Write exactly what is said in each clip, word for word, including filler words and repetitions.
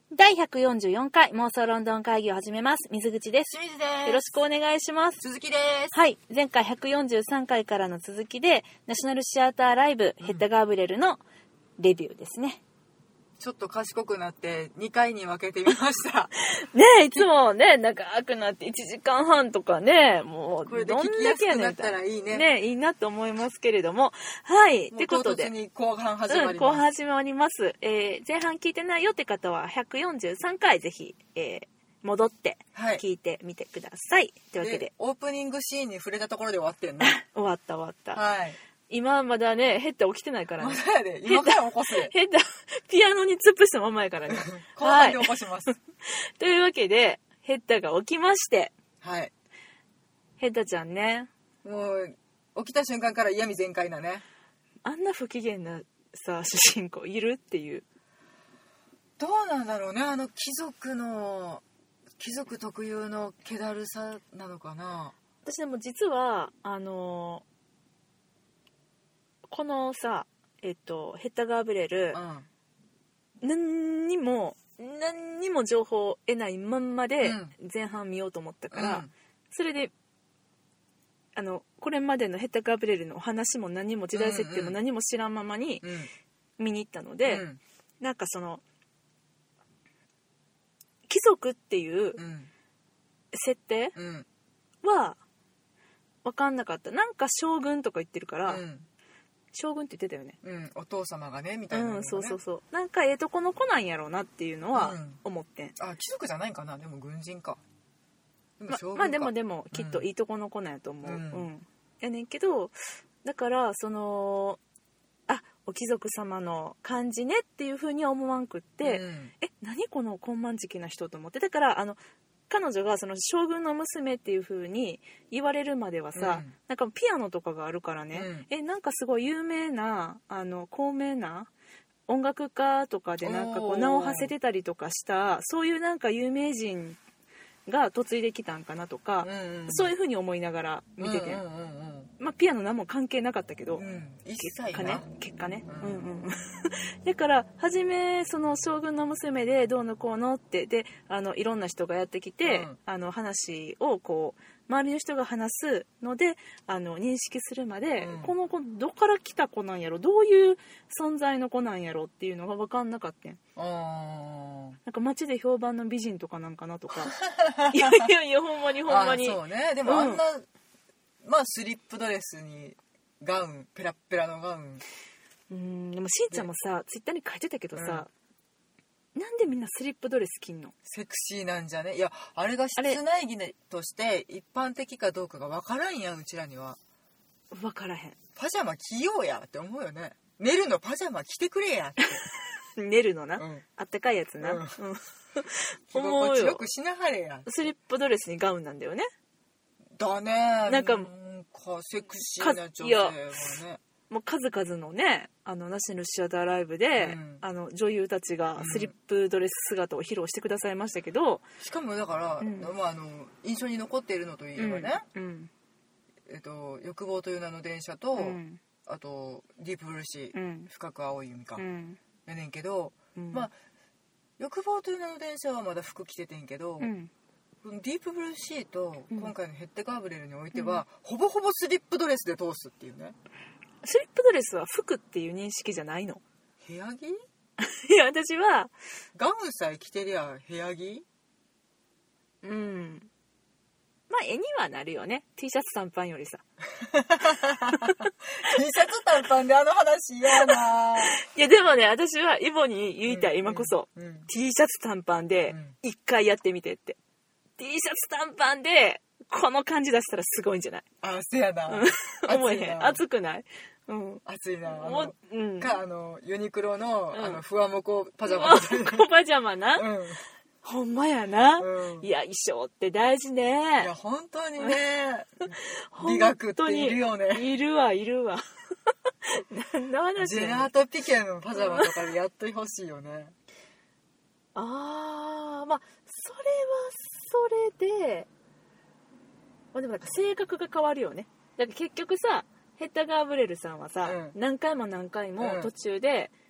だいひゃくよんじゅうよんかい妄想ロンドン会議を始めます。水口です。 清水です。 よろしくお願いします。 鈴木です。 はい、前回ひゃくよんじゅうさんかいからの続きでナショナルシアターライブ、うん、ヘッダガーブレルのレビューですね。 ちょっと賢くなってにかいに分けてみましたねえ、いつもね長くなっていちじかんはんとかね、もうこれで聞きやすくなったらいいね。 ね、いいなと思いますけれども、はいってことで唐突に後半始まります。 うん、後半始まります、えー、前半聞いてないよって方はひゃくよんじゅうさんかいぜひ、えー、戻って聞いてみてください、はい、というわけでオープニングシーンに触れたところで終わってんの終わった終わった、 はい、 今まだねヘッダ起きてないからね。 まだやで、今から起こすヘッダピアノに突っ伏したままやからね後半で起こします、はい、 というわけでヘッダが起きまして、 はい、 ヘッダちゃんね、 もう起きた瞬間から嫌味全開だね。 あんな不機嫌なさ主人公いるっていう。 どうなんだろうね、あの貴族の貴族特有の気だるさなのかな。 私でも実はあのこのさえっとヘッダガーブレル、うん、何にも何にも情報を得ないまんまで前半見ようと思ったから、うん、それであのこれまでのヘッダガーブレルのお話も何も時代設定も何も知らんままに見に行ったので、うん、なんかその貴族っていう設定は分かんなかった。なんか将軍とか言ってるから、うん、将軍って言ってたよね、 うん、お父様がねみたいな、ね、 うん、そうそうそう、なんかええとこの子なんやろうなっていうのは思ってん、うん、 あ、貴族じゃないかな、でも軍人か。 でも将軍か、ま、まあでもでもきっといいとこの子なんやと思う、うんうん、やねんけど、だからそのあ、お貴族様の感じねっていう風には思わんくって、うん、え、何この高慢時な人と思って。だからあの彼女がその将軍の娘っていう風に言われるまではさ、うん、なんかピアノとかがあるからね、うん、え、なんかすごい有名なあの高名な音楽家とかでなんかこう名を馳せてたりとかしたそういうなんか有名人が嫁いできたんかなとか、うんうん、そういう風に思いながら見てて、うんうんうんうん、まあ、ピアノ何も関係なかったけど、うん、結果ね結果ね、うんうん、だから初めその将軍の娘でどうのこうのってであのいろんな人がやってきて、うん、あの話をこう周りの人が話すのであの認識するまで、うん、この子どっから来た子なんやろ、どういう存在の子なんやろっていうのが分かんなかったん。あ、なんか街で評判の美人とかなんかなとかいやいやいやほんまにほんまに。 あ、そうね、でもあんな、うん、まあスリップドレスにガウンペラッペラのガウン、 うーん、でもしんちゃんもさツイッターに書いてたけどさ、うん、なんでみんなスリップドレス着んの？ セクシーなんじゃね。いや、あれが室内着として一般的かどうかが分からんやん、うちらには。 分からへん。 パジャマ着ようやって思うよね。寝るのパジャマ着てくれやって寝るのな、うん、あったかいやつな、うん、 着心地よくしなはれや。 スリップドレスにガウンなんだよね。 だね。 なんかセクシーな女性はね、 もう数々のねあのナショナルシアターライブで、うん、あの女優たちがスリップドレス姿を披露してくださいましたけど、うん、 しかもだから、うん、まあ、あの印象に残っているのといえばね、うんうん、えっと、欲望という名の電車と、うん、あとディープブルーシー、うん、深く青い海か、うん、やねんけど、うん、まあ欲望という名の電車はまだ服着ててんけど、うん、ディープブルーシーと今回のヘッダガーブレルにおいては、うん、ほぼほぼスリップドレスで通すっていうね。 スリップドレスは服っていう認識じゃないの？ 部屋着？ いや私はガウンさえ着てりゃ部屋着？ うん、まあ絵にはなるよね、 T シャツ短パンよりさ T シャツ短パンであの話嫌ないやでもね、私はイボに言いたい、うん、今こそ、うん、T シャツ短パンで一回やってみてって、うん、T シャツ短パンでこの感じ出したらすごいんじゃない？ あ、せやな思えへん？熱くない？うん、 暑いな。あの、うん、 かあのユニクロの、うん、あのふわもこパジャマふわもこパジャマな、うん、ほんまやな、うん、いや衣装って大事ね。 いや本当にね美学っているよね。 いるわいるわ何の話？ ジェラートピケのパジャマとかでやっとほしいよねあー、まあそれはそれで、まあ、でもなんか性格が変わるよね。だから結局さヘッダガーブレルさんはさ、うん、何回も何回も途中で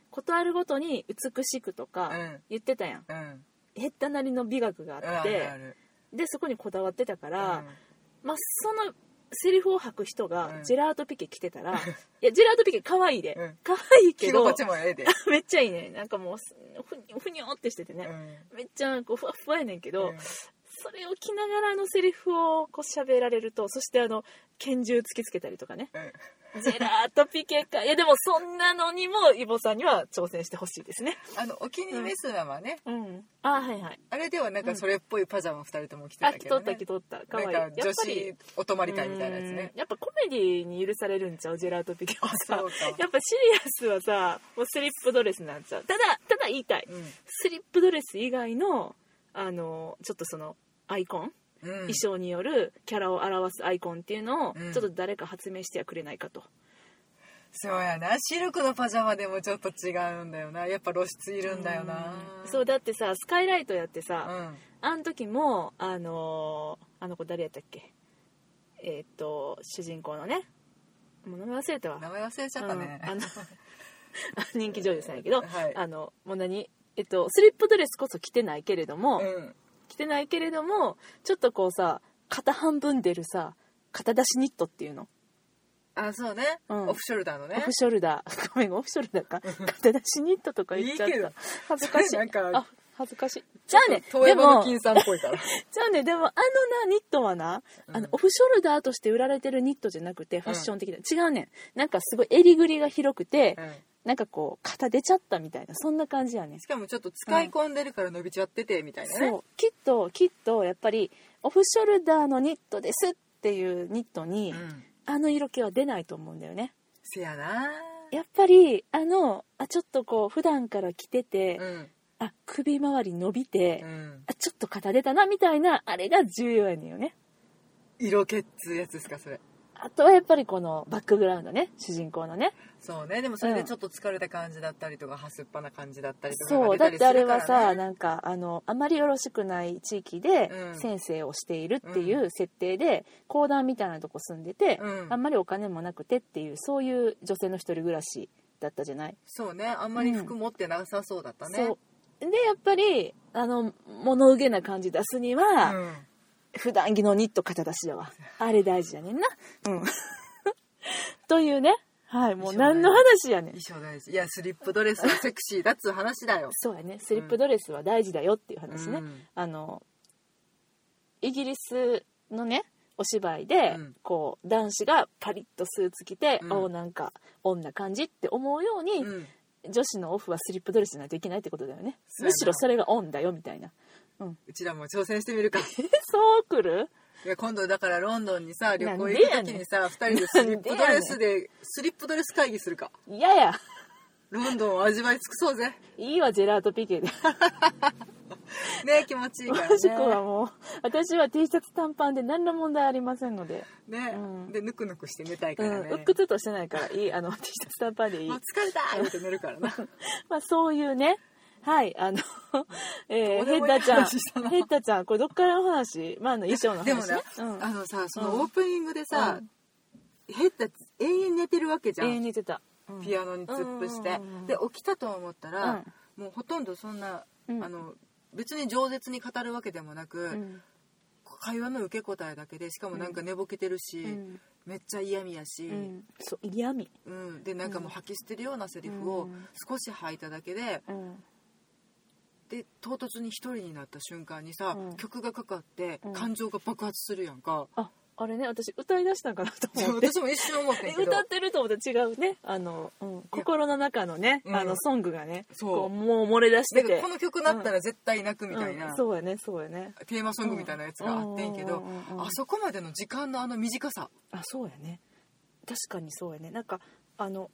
ことあるごとに美しくとか言ってたやん、うん、ヘッダなりの美学があって、うん、あるあるでそこにこだわってたから、うん、まあそのセリフを吐く人がジェラートピケ着てたら、うん、いやジェラートピケ可愛いで、うん、可愛いけど着心地もええでめっちゃいいね。なんかもうふにふにょってしててね、うん、めっちゃこうふわふわやねんけど、うん、それを着ながらのセリフをこう喋られると、そしてあの拳銃突きつけたりとかね、うん、ジェラートピケかいやでもそんなのにもイボさんには挑戦してほしいですね。 あのお気に入りメスラはね、 うん、うん、あはいはい、 あれではなんかそれっぽいパジャマふたりとも着てたけどね、 あ着とった着とった可愛い、 なんか女子お泊まり会みたいなやつね。 やっぱコメディに許されるんちゃうジェラートピケはさ、やっぱシリアスはさもうスリップドレスになっちゃう。ただただ言いたい、うん、スリップドレス以外のあのちょっとそのアイコン、うん、衣装によるキャラを表すアイコンっていうのをちょっと誰か発明してはくれないかと、うん、 そうやな。シルクのパジャマでもちょっと違うんだよな。やっぱ露出いるんだよな。 うんそうだってさスカイライトやってさ、うん、あの時もあのー、あの子誰やったっけ、えー、っと主人公のね、もう名前忘れたわ。 名前忘れちゃったね、 うん、あの人気女優さんやけど、 はい、 あのもう何えっとスリップドレスこそ着てないけれども、うん着てないけれどもちょっとこうさ肩半分出るさ肩出しニットっていうの、 あそうね、うん、オフショルダーのね、 オフショルダーごめんオフショルダーか肩出しニットとか言っちゃった。いいけど恥ずかしいなんかあ恥ずかしい。じゃあね遠山の金さんっぽいからじゃあねでもあのなニットはな、うん、あのオフショルダーとして売られてるニットじゃなくてファッション的な、うん、違うねん。なんかすごい襟ぐりが広くて、うんなんかこう肩出ちゃったみたいなそんな感じやね。 しかもちょっと使い込んでるから伸びちゃっててみたいなね、 そうきっときっとやっぱりオフショルダーのニットですっていうニットに、うん、あの色気は出ないと思うんだよね。 せやな。 やっぱりあのあちょっとこう普段から着てて、うん、あ首周り伸びて、うん、あちょっと肩出たなみたいなあれが重要やねんよね。 色気っつうやつですかそれ。 あとはやっぱりこのバックグラウンドね主人公のね。 そうね。でもそれでちょっと疲れた感じだったりとか、うん、はすっぱな感じだったりとか、 そうだってあれはさなんかあのあまりよろしくない地域で先生をしているっていう設定で、うん、公団みたいなとこ住んでて、うん、あんまりお金もなくてっていうそういう女性の一人暮らしだったじゃない。 そうね。あんまり服持ってなさそうだったね、うん、 そうでやっぱりあの物憂げな感じ出すには、うん、普段着のニット肩出しだわ。あれ大事やねんな。うんというね、はい、もう何の話やねん。 衣装大事。いや、スリップドレスはセクシーだっつう話だよ。 そうやね、スリップドレスは大事だよっていう話ね。うん、あのイギリスのねお芝居で、うん、こう男子がパリッとスーツ着て、うん、おなんか女感じって思うように、うん、女子のオフはスリップドレスじゃないといけないってことだよね。むしろそれがオンだよみたいな。 うん、うちらも挑戦してみるか。 そう来る？ いや今度だからロンドンにさ旅行行く時にさふたりでスリップドレスでスリップドレス会議するか。 いやいやロンドンを味わい尽くそうぜ。 いいわジェラートピケでね気持ちいいからね。 もしくはもう私は T シャツ短パンで何ら問題ありませんのでね、うん、でぬくぬくして寝たいからね。 うっくつとしてないからいいあの T シャツ短パンでいい。 もう疲れたって寝るからなまあそういうねはいあの、えー、ヘッダちゃんヘッダちゃんこれどっからの話、まあ、あの衣装の話、ね、 でもね、うん、あのさそのオープニングでさ、うん、ヘッダ永遠寝てるわけじゃん。 永遠寝てた、 うん、ピアノに突っ伏して、うん、で起きたと思ったら、うん、もうほとんどそんな、うん、あの別に饒舌に語るわけでもなく、うん、会話の受け答えだけでしかもなんか寝ぼけてるし、うん、めっちゃ嫌味やし、うん、 そう嫌味、 うん、でなんかもう吐き捨てるようなセリフを少し吐いただけで、うんで唐突に一人になった瞬間にさ、うん、曲がかかって感情が爆発するやんか、 うん、ああれね私歌い出したんかなと思って私も一瞬思ってんけど歌ってると思ったら違うねあの、うん、心の中のね、うん、あのソングがねこうもう漏れ出しててこの曲なったら絶対泣くみたいな、 うんうん、そうやねそうやねテーマソングみたいなやつがあってんけどあそこまでの時間のあの短さあそうやね確かにそうやねなんかあの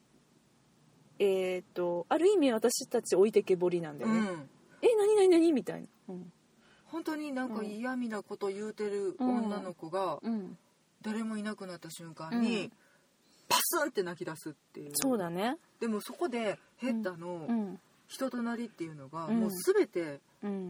えー、とある意味私たち置いてけぼりなんだよね、うん、え何何何みたいな、うん、 本当になんか嫌味なこと言うてる女の子が誰もいなくなった瞬間にパスンって泣き出すっていう。 そうだね。 でもそこでヘッダの人となりっていうのがもう全て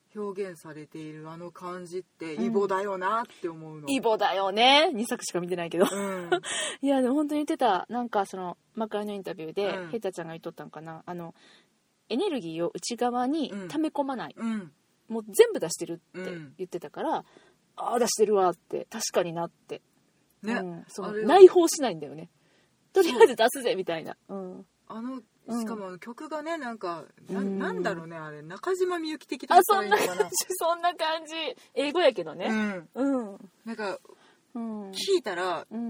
表現されているあの感じってイボだよなって思うの、 イボだよね。にさくしか見てないけど、 うん、 いやでも本当に言ってた。なんかその幕張のインタビューで、 うん、 ヘタちゃんが言っとったんかな、あのエネルギーを内側に溜め込まない、 うん、 もう全部出してるって言ってたから、うん、ああ出してるわって確かになってね、うん、その内包しないんだよね。とりあえず出すぜみたいな、うん、 あのしかもあの曲がね、なんか な, なんだろうね、あれ中島みゆき的と言ったらいいのかな。あ、そんな感じ、そんな感じ。英語やけどね、 うんうん、なんか、うん、聞いたら、うん、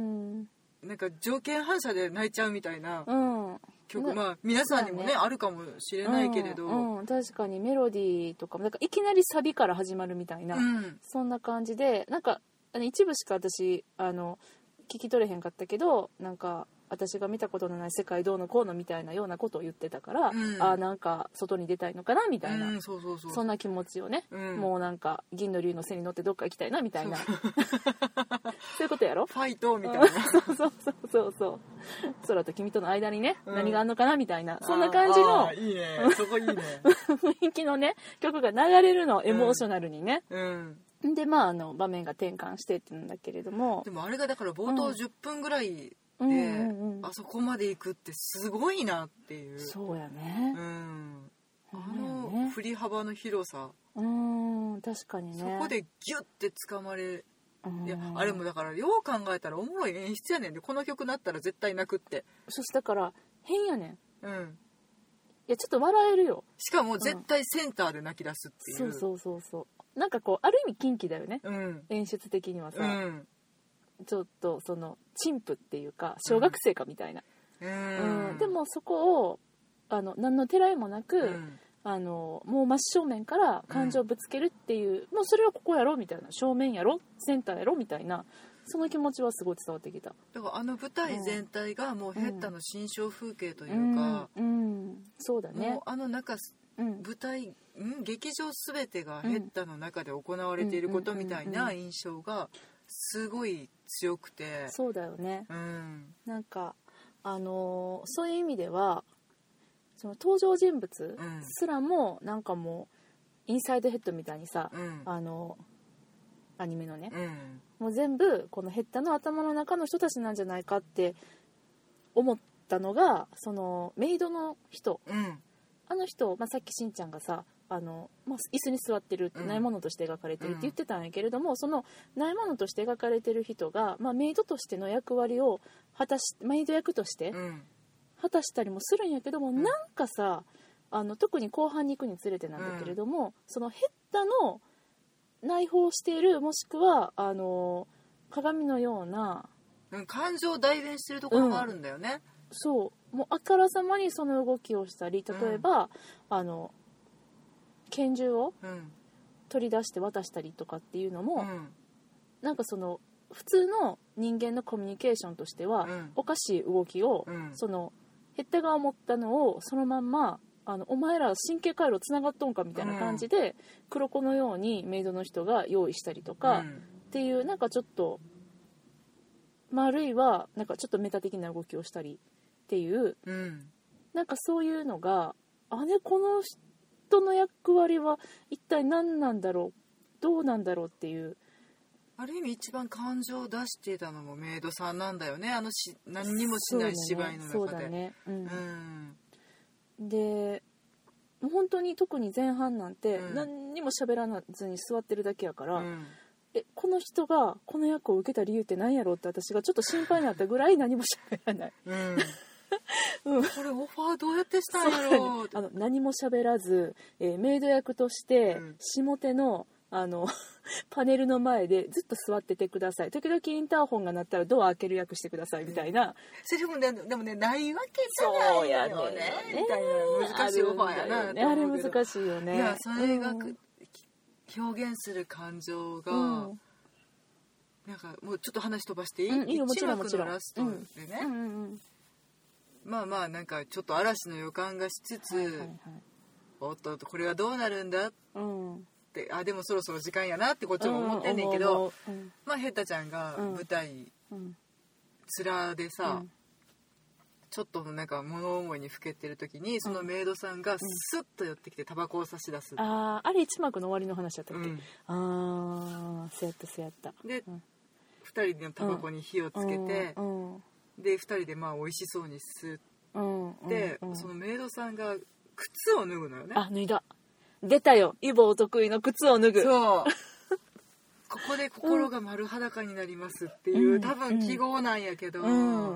なんか条件反射で泣いちゃうみたいな曲、うん、まあ皆さんにも ね, ねあるかもしれないけれど、 うんうん、確かにメロディーとかもなんかいきなりサビから始まるみたいな、うん、そんな感じで、なんか一部しか私あの聞き取れへんかったけど、なんか私が見たことのない世界どうのこうのみたいなようなことを言ってたから、うん、あなんか外に出たいのかなみたいな、うん、そうそうそう、そんな気持ちをね、うん、もうなんか銀の竜の背に乗ってどっか行きたいなみたいな、そうそういうことやろ、 ファイトみたいなそうそうそうそうそう、空と君との間にね、うん、何があんのかなみたいな、そんな感じのいいね、そこいいね雰囲気のね曲が流れるの、エモーショナルにね、うんうん、でまああの場面が転換してって言うんだけれども、 でもあれがだから冒頭じゅっぷんぐらいで、うんうんうん、あそこまで行くってすごいなっていう。 そうやね、うん、 あの振り幅の広さ、 うん、確かにね、 そこでギュッて掴まれ、うん、いやあれもだからよう考えたらおもろい演出やねんで、この曲なったら絶対泣くって。 そしてだから変やねん、うん、いやちょっと笑えるよ。 しかも絶対センターで泣き出すっていう、 うん、そうそうそうそう、なんかこうある意味キンキだよね、うん、演出的にはさ、うん、ちょっとその陳腐っていうか小学生かみたいな、うんうん、でもそこをあの何のてらいもなく、うん、あのもう真正面から感情をぶつけるっていう、うん、もうそれはここやろみたいな、正面やろセンターやろみたいな、その気持ちはすごい伝わってきた。 だからあの舞台全体がもうヘッダの心象風景というか、 うんうんうん、そうだね、 もうあの中、うん、舞台、うん、劇場すべてがヘッダの中で行われていることみたいな印象がすごい強くて。 そうだよね、うん、なんかあのー、そういう意味ではその登場人物すらもなんかもうインサイドヘッドみたいにさ、うん、あのアニメのね、うん、もう全部このヘッダの頭の中の人たちなんじゃないかって思ったのが、そのメイドの人、うん、あの人、まあ、さっきしんちゃんがさあの、まあ、椅子に座ってるってないものとして描かれてるって言ってたんやけれども、うん、そのないものとして描かれてる人が、まあ、メイドとしての役割を果たしメイド役として果たしたりもするんやけども、うん、なんかさあの特に後半に行くにつれてなんだけれども、うん、そのヘッダの内包している、もしくはあの鏡のような、 うん、感情を代弁してるところがあるんだよね、うん、 そうもうあからさまにその動きをしたり、例えば、うん、あの拳銃を取り出して渡したりとかっていうのも、うん、なんかその普通の人間のコミュニケーションとしては、うん、おかしい動きを、うん、そのヘッダが思ったのをそのまんまあのお前ら神経回路つながっとんかみたいな感じで、うん、黒子のようにメイドの人が用意したりとか、うん、っていうなんかちょっと、まあ、あるいはなんかちょっとメタ的な動きをしたりっていう、うん、なんかそういうのがあれこの人の役割は一体何なんだろうどうなんだろうっていう、 ある意味一番感情を出してたのもメイドさんなんだよね、あのし何にもしない芝居の中で。 そうだね、そうだね、うんうん、でもう本当に特に前半なんて何にも喋らずに座ってるだけやから、うん、えこの人がこの役を受けた理由って何やろうって私がちょっと心配になったぐらい何も喋らない、うんうん、これオファーどうやってしたんやろうあの何も喋らず、えー、メイド役として下手のあのパネルの前でずっと座っててください、時々インターホンが鳴ったらドア開ける役してくださいみたいな、うん、 それもねでもねないわけじゃないよね、ねみたいな難しいオファーやな、 ね、あれ難しいよね。 いやそれが、うん、表現する感情が、うん、なんかもうちょっと話飛ばしていい、うん、いいよもちろんもちろん、いちわくのラストでね、うんうんうん、まあまあなんかちょっと嵐の予感がしつつ、はいはいはい、おっとこれはどうなるんだ、うんあでもそろそろ時間やなってこっちも思ってんねんけど、うんうん、まあヘッダちゃんが舞台、うん、面でさ、うん、 ちょっとなんか物思いにふけてる時にそのメイドさんがスッと寄ってきてタバコを差し出す、 うん、あああれ一幕の終わりの話だったっけ、うん、ああそうやったそうやったで、うん、ふたりでタバコに火をつけて、うんうん、でふたりでまあ美味しそうに吸って、うんうんうん、そのメイドさんが靴を脱ぐのよね。 あ、脱いだ。出たよ、イボお得意の靴を脱ぐ。 そうここで心が丸裸になりますっていう、うん、多分記号なんやけど、うん、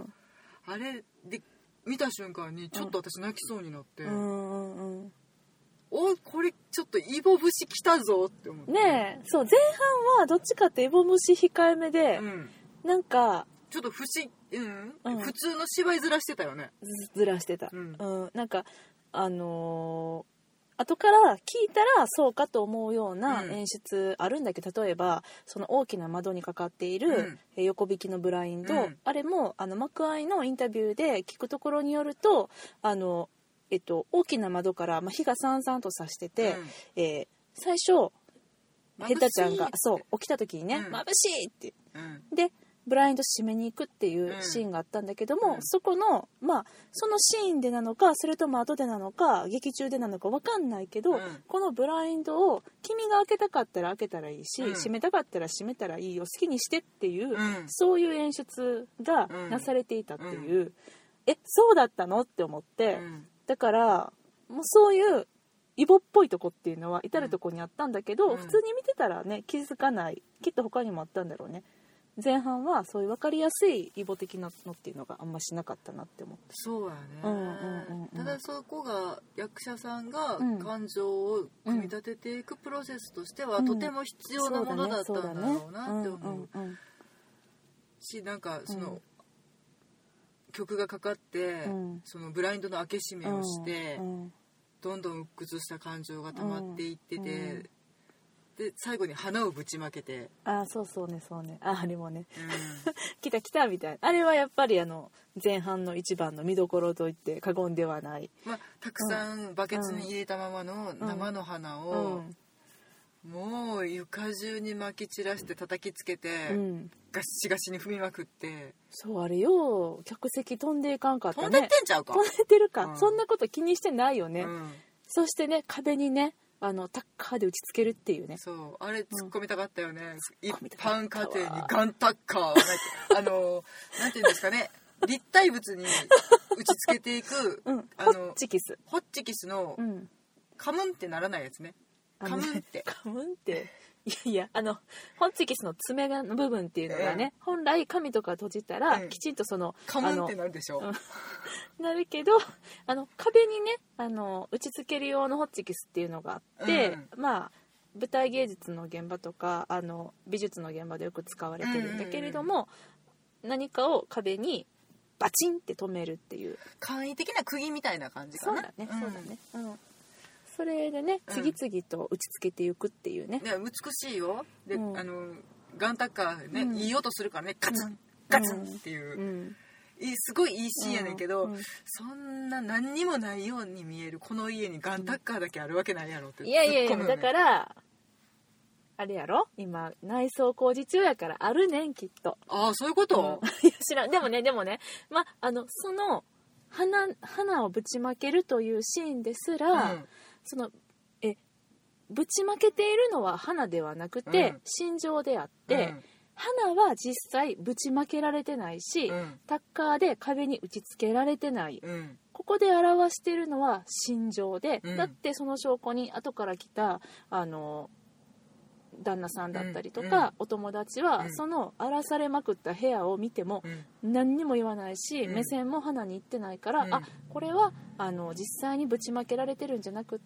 あれで見た瞬間にちょっと私泣きそうになって、うんうんうん、おこれちょっとイボ節来たぞって思ってねえ。そう前半はどっちかってイボ節控えめで、うん、なんかちょっと不思、うんうん、普通の芝居ずらしてたよね。 ず, ずらしてた、うんうん、なんかあのー後から聞いたらそうかと思うような演出あるんだけど、例えばその大きな窓にかかっている横引きのブラインド、うん、あれもあの幕間のインタビューで聞くところによるとあの、えっと、大きな窓から、まあ、火がさんさんとさしてて、うん、えー、最初ヘッダちゃんがそう起きた時にね、うん、眩しいって、うん、でブラインド締めに行くっていうシーンがあったんだけども、うん、そこのまあそのシーンでなのかそれとも後でなのか劇中でなのか分かんないけど、うん、このブラインドを君が開けたかったら開けたらいいし、うん、閉めたかったら閉めたらいいよ好きにしてっていう、うん、そういう演出がなされていたっていう、うん、えそうだったのって思って、うん、だからもうそういうイボっぽいとこっていうのは至るとこにあったんだけど、うん、普通に見てたらね気づかない、きっと他にもあったんだろうね。前半はそういう分かりやすいイボ的なのっていうのがあんましなかったなって思って。 そうやね、うんうんうんうん、ただそこが役者さんが感情を組み立てていくプロセスとしては、うん、とても必要なものだったんだろうなって思うし、なんかその、うん、曲がかかって、うん、そのブラインドの開け閉めをして、うんうん、どんどん鬱屈した感情が溜まっていってて、うんうんで最後に花をぶちまけて、 あそうそうねそうね、ああれもね、うん、来た来たみたいな、あれはやっぱりあの前半の一番の見どころといって過言ではない、 まあ、たくさんバケツに入れたままの生の花を、うん、もう床中にまき散らして叩きつけて、うん、ガッシガシに踏みまくって、 そうあれよ客席飛んでいかんかったね。 飛んでってんちゃうか。 飛んでってるか、うん、そんなこと気にしてないよね、うん、そしてね壁にねあのタッカーで打ちつけるっていうね。 そうあれ突っ込みたかったよね、うん、一般家庭にガンタッカーをあのなんていうんですかね立体物に打ちつけていく、 うん、あのホッチキスホッチキスの、うん、カムンってならないやつね。カムンってカムンっていやいやあのホッチキスの爪の部分っていうのがね、うん、本来紙とか閉じたら、うん、きちんとそのカムンってなるでしょ、 うん、なるけどあの壁にねあの打ち付ける用のホッチキスっていうのがあって、うん、まあ舞台芸術の現場とかあの美術の現場でよく使われてるんだけれども、うんうんうん、何かを壁にバチンって止めるっていう簡易的な釘みたいな感じかな。 そうだね、うん、そうだね、うんそれでね次々と打ちつけていくっていうね、 ね美しいよで、うん、あのガンタッカーね、うん、いい音するからねガツンガツンっていう、うん、すごいいいシーンやねんけど、うんうん、そんな何にもないように見えるこの家にガンタッカーだけあるわけないやろって、 いやいやいやだからあれやろ今内装工事中やからあるねんきっと。 ああそういうこと、 うん、いや知らんでもねでもねまあのその花花をぶちまけるというシーンですら、うんそのえぶちまけているのは花ではなくて、うん、心情であって、うん、花は実際ぶちまけられてないし、うん、タッカーで壁に打ち付けられてない、うん、ここで表しているのは心情で、だってその証拠に後から来たあの旦那さんだったりとか、うん、お友達は、うん、その荒らされまくった部屋を見ても、うん、何にも言わないし、うん、目線も花に行ってないから、うん、あこれはあの実際にぶちまけられてるんじゃなくって、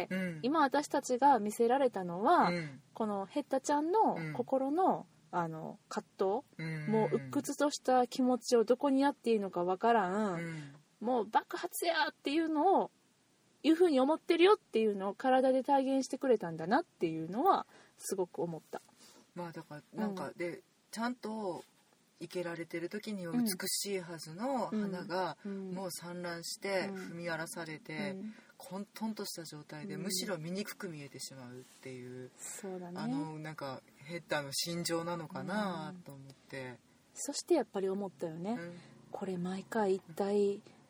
うん、今私たちが見せられたのは、うん、このヘッダちゃんの心の、あの葛藤、うん、もう鬱屈とした気持ちをどこにやっていいのかわからん、うん、もう爆発やっていうのをいう風に思ってるよっていうのを体で体現してくれたんだなっていうのはすごく思った。 まあだからなんか、うん、でちゃんと生けられてる時には美しいはずの花がもう散乱して踏み荒らされて混沌とした状態でむしろ醜く見えてしまうっていう、 そうだね、 あのなんかヘッダーの心情なのかなと思って、 そしてやっぱり思ったよね、うん、これ毎回一体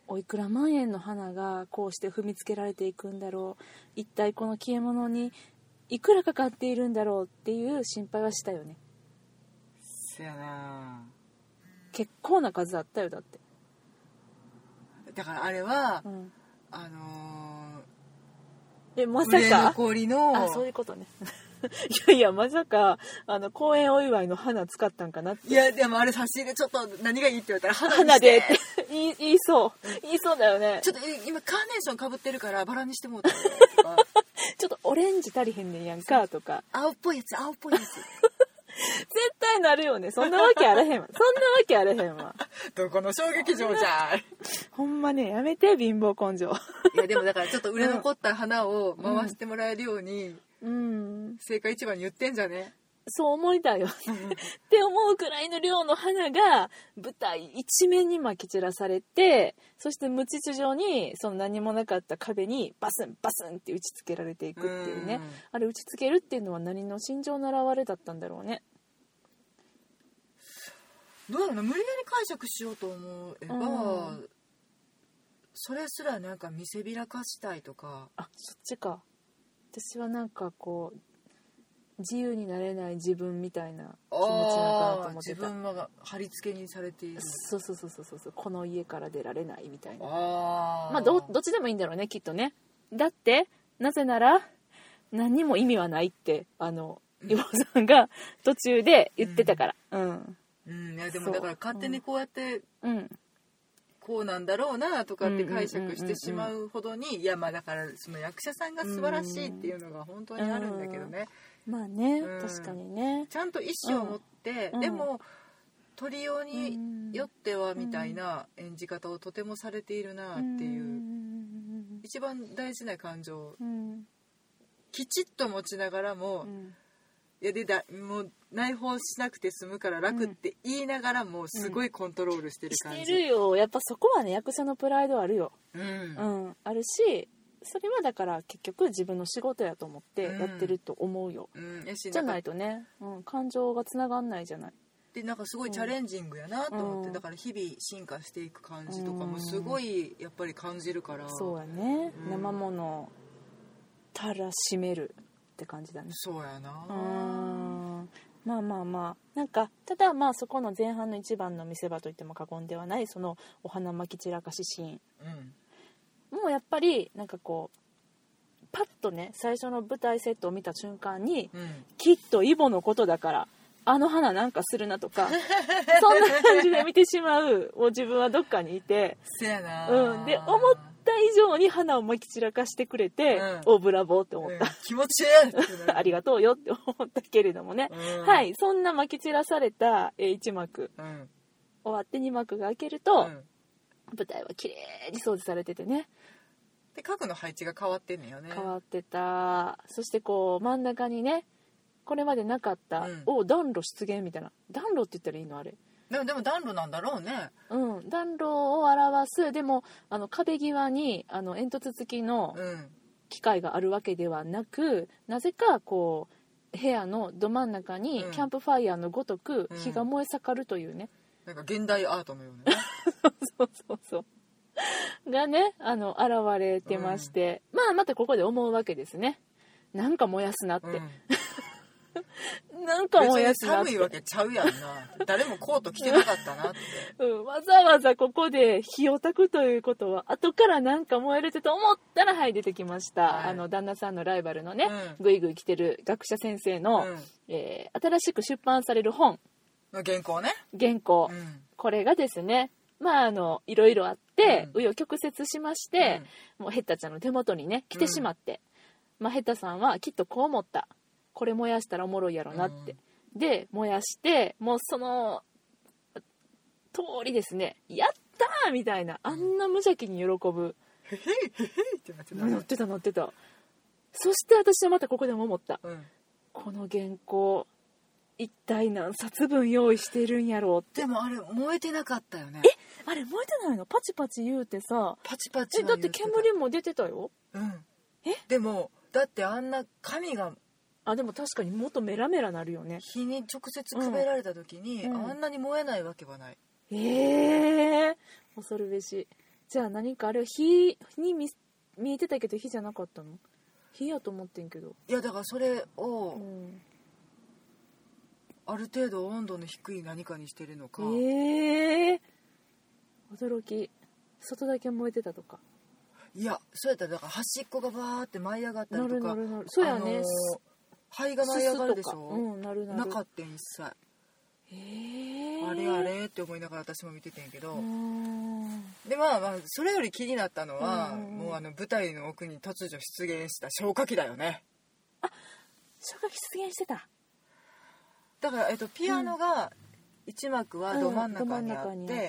おいくら万円の花がこうして踏みつけられていくんだろう、一体この消え物にいくらかかっているんだろうっていう心配はしたよね。 そやな、 結構な数あったよ。だってだからあれは、 うん、 あのー、えまさか売れ残りの、 あ、そういうことねいやいや、まさかあの公演お祝いの花使ったんかなって。 いやでもあれ差し入れちょっと何がいいって言われたら花花でって言い言いそう言いそうだよね。 ちょっと今カーネーションかぶってるからバラにしてもうたねとかちょっとオレンジ足りへんねんやんかとか、 青っぽいやつ青っぽいやつ絶対なるよね。そんなわけあらへんわそんなわけあらへんわどこの小劇場じゃほんまね、やめて貧乏根性いやでもだからちょっと売れ残った花を回してもらえるように、 うん、 青果市場に言ってんじゃね。 そう思いたいよって思うくらいの量の花が舞台一面に撒き散らされて、そして無秩序にその何もなかった壁にバスンバスンって打ち付けられていくっていうね。うあれ打ち付けるっていうのは何の心情の表れだったんだろうね。 どうやろな、無理やり解釈しようと思えば、うん、それすらなんか見せびらかしたいとか。 あ、そっちか。私はなんかこう自由になれない自分みたいな気持ちなのかなと思ってた。 自分が貼り付けにされている。 そうそうそうそうそう、この家から出られないみたいな。 あ、 まあ ど, どっちでもいいんだろうねきっとね。だってなぜなら何にも意味はないってあの岩尾さんが途中で言ってたから。うん。うんうん、いやでもだから勝手にこうやって、 うん、 こうなんだろうなとかって解釈してしまうほどに、いやまあだからその役者さんが素晴らしいっていうのが本当にあるんだけどね。 まあね、 うん、 確かにね。 ちゃんと意思を持って、うん、でも取りようによってはみたいな演じ方をとてもされているなっていう、うん、一番大事な感情、うん、きちっと持ちながらも、うん、いやでだもう内包しなくて済むから楽って言いながらもすごいコントロールしてる感じ、 うん、してるよ。やっぱそこはね役者のプライドあるよ、 うんうん、あるし、それはだから結局自分の仕事やと思ってやってると思うよ、うんうん、じゃないとね、うん、感情がつながんないじゃない。 でなんかすごいチャレンジングやなと思って、うん、だから日々進化していく感じとかもすごいやっぱり感じるから、うん、 そうやね、うん、生ものたらしめるって感じだね。 そうやな。 うん、まあまあまあなんかただまあそこの前半の一番の見せ場といっても過言ではないそのお花巻き散らかしシーン、うん、もうやっぱりなんかこうパッとね最初の舞台セットを見た瞬間に、うん、きっとイボのことだからあの花なんかするなとかそんな感じで見てしまうもう自分はどっかにいてせやな、 うん、で思った以上に花を巻き散らかしてくれて、うん、おブラボーって思った、うん、 気持ちいいありがとうよって思ったけれどもね、うん、はい、そんな巻き散らされたいち幕、うん、終わってに幕が開けると、うん、舞台は綺麗に掃除されててね。 で家具の配置が変わってんのよね。 変わってた。そしてこう真ん中にねこれまでなかった、うん、お暖炉出現みたいな。暖炉って言ったらいいのあれ。 でもでも暖炉なんだろうね。 うん、暖炉を表す。でもあの壁際にあの煙突付きの機械があるわけではなく、うん、なぜかこう部屋のど真ん中にキャンプファイヤーのごとく火が燃え盛るというね、 うん、なんか現代アートのようなねそうそうそうがねあの現れてまして、うん、まあまたここで思うわけですね。なんか燃やすなって、うんなんかもうやつな寒いわけちゃうやんな誰もコート着てなかったなって、 うん、わざわざここで火を焚くということは後からなんか燃えるってと思ったらはい出てきました、はい、あの旦那さんのライバルのね、うん、ぐいぐい来てる学者先生の、うんえー、新しく出版される本の原稿ね原稿、うん、これがですねまああのいろいろあって紆余、うん、曲折しまして、うん、もうヘッタちゃんの手元にね来てしまって、うんまあ、ヘッタさんはきっとこう思った。これ燃やしたらおもろいやろなって、うん、で燃やしてもうその通りですねやったーみたいなあんな無邪気に喜ぶへへへへってなってたなってたなってた。そして私はまたここでも思った、うん、この原稿一体何冊分用意してるんやろうって。 でもあれ燃えてなかったよね。 えあれ燃えてないの？パチパチ言うてさパチパチえだって煙も出てたよ。 うんえでもだってあんな紙があでも確かにもっとメラメラなるよね。 火に直接くべられた時に、うん、あんなに燃えないわけはない。 えー、恐るべし。 じゃあ何かあれ火に 見, 見えてたけど火じゃなかったの？火やと思ってんけど。 いやだからそれを、 うん、 ある程度温度の低い何かにしてるのか。 ええー、驚き。外だけ燃えてたとか。 いやそうやったらだから端っこがバーって舞い上がったりとか、 なるなるなる、そうやね、あのー、 灰が舞い上がるでしょ、 うん、なるなる、 なかったん一切。 えー、 あれあれって思いながら私も見ててんけど、でまあまあそれより気になったのは、もうあの舞台の奥に突如出現した消火器だよね。 あ、消火器出現してた。 だから、えっと、ピアノがいち幕はど真ん中にあって、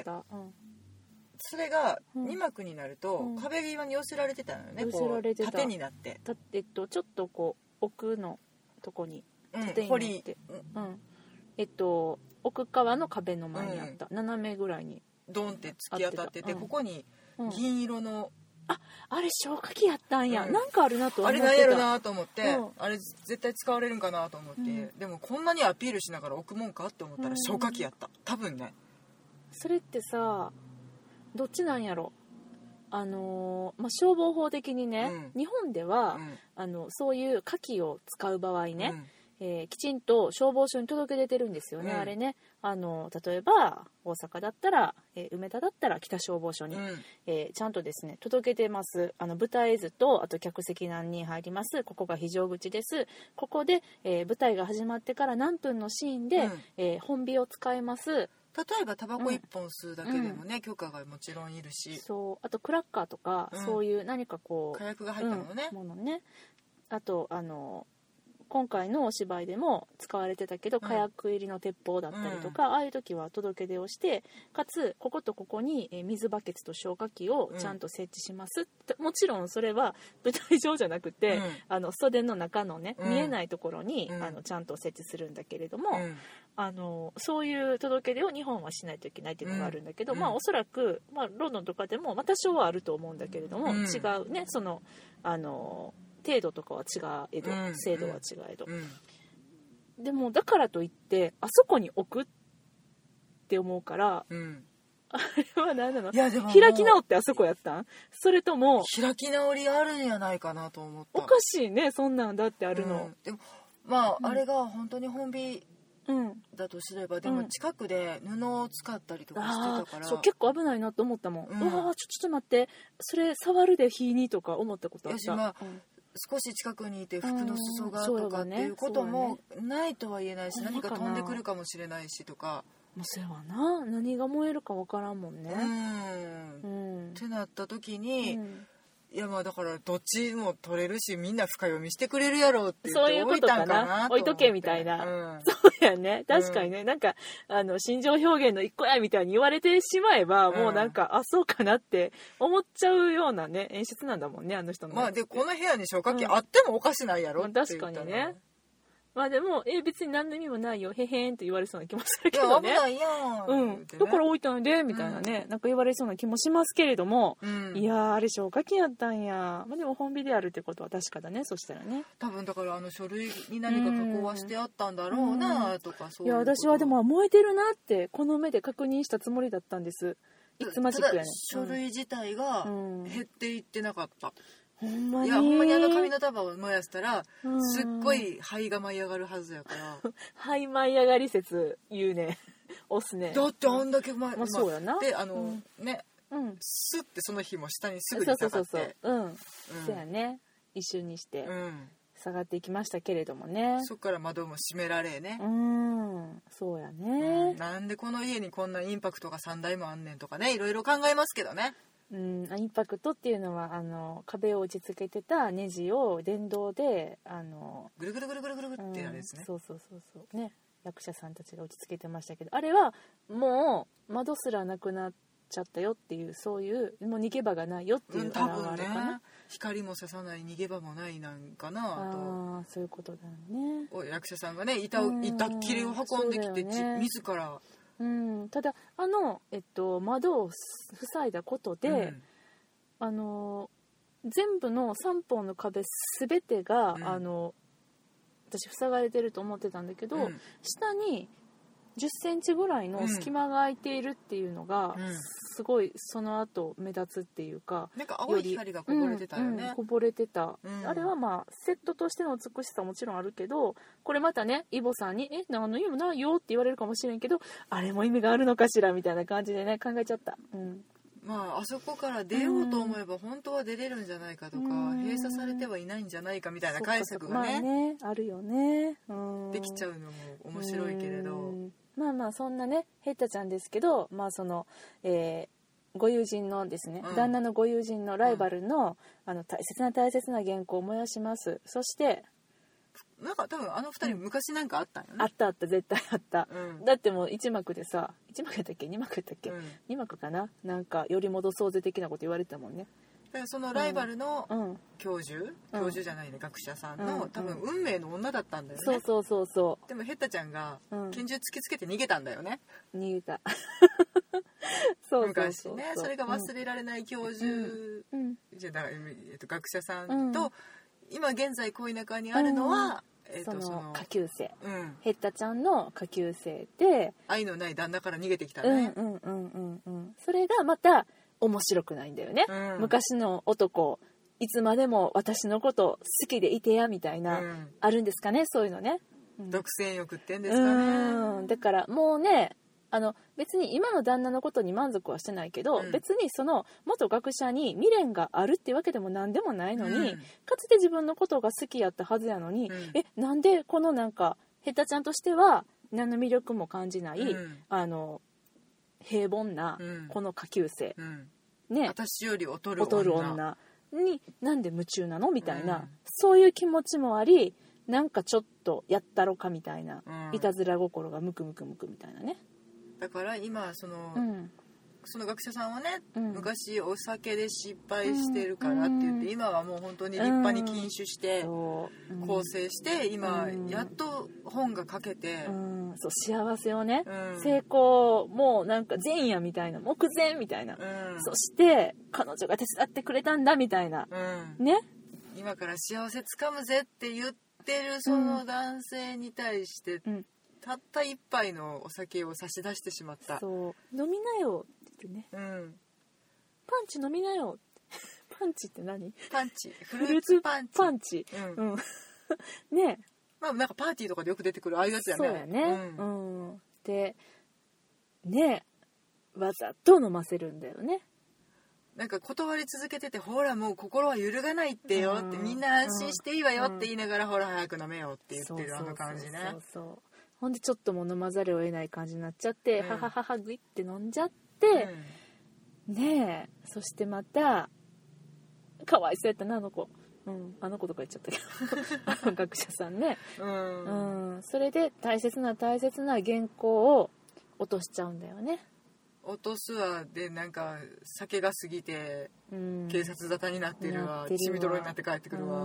うんうん、それがに幕になると、うん、壁際に寄せられてたのよね、こう縦になって、 た、えっと、ちょっとこう奥のとこに縦になって、うんうん、えっと奥側の壁の前にあった、うん、斜めぐらいにドンって突き当たってて、うん、ここに銀色の、 あ、あれ消火器やったんや、うん、なんかあるなと思ってた。 あれなんやろなと思って、うん、あれ絶対使われるんかなと思って、うん、でもこんなにアピールしながら置くもんかって思ったら消火器やった、多分ね。 それってさ、どっちなんやろ。あのーまあ、消防法的にね、うん、日本では、うん、あのそういう火器を使う場合ね、うん、えー、きちんと消防署に届け出てるんですよね、うん、あれね。あの例えば大阪だったら、えー、梅田だったら北消防署に、うん、えー、ちゃんとですね届けてます。あの舞台図と、あと客席何人入ります、ここが非常口です、ここで、えー、舞台が始まってから何分のシーンで、うん、えー、本火を使います。 例えばタバコいっぽん吸うだけでもね、うん、許可がもちろんいるし、 そう、あとクラッカーとか、うん、そういう何かこう火薬が入ったものね、 うん、ものね。あとあの今回のお芝居でも使われてたけど、火薬入りの鉄砲だったりとか、うん、ああいう時は届け出をして、かつこことここに水バケツと消火器をちゃんと設置します、うん、もちろんそれは舞台上じゃなくて、うん、あの袖の中のね、うん、見えないところに、うん、あのちゃんと設置するんだけれども、うん、あのそういう届け出を日本はしないといけないっていうのがあるんだけど、うん、まあおそらく、まあ、ロンドンとかでも、まあ、多少はあると思うんだけれども、うん、違うね、そのあの程度とかは違えど、うん、精度は違えど、うん、でもだからといってあそこに置くって思うから、うん、あれは何なの。いやでも開き直ってあそこやったん？それとも開き直りあるんやないかなと思った。 おかしいね、そんなんだってあるの、 うん、でもまあ、うん、あれが本当に本火だとすれば、うん、でも近くで布を使ったりとかしてたから、 そう結構危ないなと思ったもん、うん、うわちょ、ちょっと待って、それ触るで火にとか思ったことあった。 まあうん、少し近くにいて服の裾がとかっていうこともないとは言えないし、うん、何か飛んでくるかもしれないしとか、 もうそれはな、何が燃えるか分からんもんね。 うん、うん、ってなった時に、うん、いやまあだからどっちも取れるしみんな深読みしてくれるやろうって言って置いたんかなと思って。そういうことかな、 置いとけみたいな、うん、そうやね、確かにね、うん、なんかあの心情表現の一個やみたいに言われてしまえば、うん、もうなんかあそうかなって思っちゃうようなね演出なんだもんね、あの人の。 まあでこの部屋に消火器あってもおかしないやろって言ったの、 確かにね。まあでもえ別に何の意味もないよへへんって言われそうな気もするけどね。いや危ないやん、うん、だから置いたんでみたいなね、うん、なんか言われそうな気もしますけれども、うん、いやあれ消火器やったんや、まあ、でも本火であるってことは確かだね、そしたらね。 多分だからあの書類に何か加工はしてあったんだろうなとか、そういう。 いや私はでも燃えてるなってこの目で確認したつもりだったんです。いつマジックやねん。 書類自体が減っていってなかった、うんほんまに。 いやほんまにあの紙の束を燃やしたらすっごい灰が舞い上がるはずやから灰舞い上がり説言うね押すね。 だってあんだけ舞い、 まあ、そうやな。 であの、うん、ね、うん、スッてその日も下にすぐに下がって、そうそうそうそう、うん、うん、 そうやね、一瞬にして下がっていきましたけれどもね、 そっから窓も閉められね、 うん、そうやね、 うん、なんでこの家にこんなインパクトがさんだいもあんねんとかね、いろいろ考えますけどね。 うん、インパクトっていうのはあの壁を打ち付けてたネジを電動であのぐるぐるぐるぐるぐるぐるってあれですね、 うん、そうそうそうそうね、役者さんたちが打ち付けてましたけど、あれはもう窓すらなくなっちゃったよっていう、そういうもう逃げ場がないよっていう表れかな、うん、多分ね、 光も差さない逃げ場もないなんかなと。 ああそういうことだよね。 役者さんがね板を板っきりを運んできて、ね、自らうん、ただあの、えっと、窓を塞いだことで、うん、あの全部のさんぽんの壁全てが、うん、あの私塞がれてると思ってたんだけど、うん、下にじゅっセンチぐらいの隙間が空いているっていうのが、うん、 すごいその後目立つっていうか、 なんか青い光がこぼれてたよね、 うんうん、こぼれてた、うん、あれはまあセットとしての美しさもちろんあるけど、これまたねイボさんにえ何の意味もないよって言われるかもしれんけど、あれも意味があるのかしらみたいな感じでね考えちゃった、うん、 まああそこから出ようと思えば本当は出れるんじゃないかとか、うん、閉鎖されてはいないんじゃないかみたいな解釈が ね,、まあ、 ねあるよね、うん、 できちゃうのも面白いけれど、うん、 まあまあそんなねヘッタちゃんですけど、まあその、えー、ご友人のですね、うん、旦那のご友人のライバルの、うん、あの大切な大切な原稿を燃やします。そしてなんか多分あの二人昔なんかあったんよね、うん、 あったあった絶対あった、 うん、 だってもういち幕でさいち幕やったっけに幕やったっけ、うん、に幕かな、なんかより戻そうぜ的なこと言われてたもんね。 だからそのライバルの教授、うん、教授じゃないね学者さんの、うん、多分運命の女だったんだよね。 そうそうそうそう。 でもヘッタちゃんが拳銃突きつけて逃げたんだよね、 うん、逃げたそうそうそう昔ね。それが忘れられない教授、うん、じゃあ、えっと、学者さんと、うん、今現在恋仲にあるのは、うんえー、とその下級生、 うん、 ヘッタちゃんの下級生で愛のない旦那から逃げてきたね、 うんうんうんうんうん、それがまた面白くないんだよね、うん、昔の男いつまでも私のこと好きでいてやみたいな、うん、あるんですかねそういうのね、 うん、独占欲ってんですかね。 うんだからもうねあの別に今の旦那のことに満足はしてないけど、うん、別にその元学者に未練があるっていうわけでも何でもないのに、うん、かつて自分のことが好きやったはずやのに、うん、えなんでこのなんかヘッタちゃんとしては何の魅力も感じない、うん、あの平凡なこの下級生、 うんね、 私より劣る女, 劣る女になんで夢中なのみたいな、うん、そういう気持ちもありなんかちょっとやったろかみたいな、うん、いたずら心がムクムクムクみたいなね。 だから今その、 うん、 その学者さんはね、 うん、 昔お酒で失敗してるからって言って、うん、今はもう本当に立派に禁酒して、うん、更生して今、うん、やっと本が書けて、 うん、そう幸せをね、うん、成功もうなんか前夜みたいな目前みたいな、うん、そして彼女が手伝ってくれたんだみたいな、 うん、 ね今から幸せつかむぜって言ってるその男性に対して、うんたった一杯のお酒を差し出してしまった。 そう飲みなよって言ってね、 うん、 パンチ飲みなよパンチって何？ パンチフルーツパンチパンチ、うんうん、ねまあなんかパーティーとかでよく出てくるああいうやつやね。 そうやね、うんうん、でねわざと飲ませるんだよね。 なんか断り続けててほらもう心は揺るがないってよって、うん、みんな安心していいわよって言いながら、うん、ほら早く飲めよって言ってるあの感じね。 そうそうそうそうほんでちょっともう飲まざるを得ない感じになっちゃって、うん、ははははぐいって飲んじゃって、うん、ねえそしてまたかわいそうやったなあの子、うん、あの子とか言っちゃったけどあの学者さんね、 うんうん、それで大切な大切な原稿を落としちゃうんだよね。 落とすわでなんか酒が過ぎて、うん、警察沙汰になってるわ血みどろになって帰ってくるわ、 うん、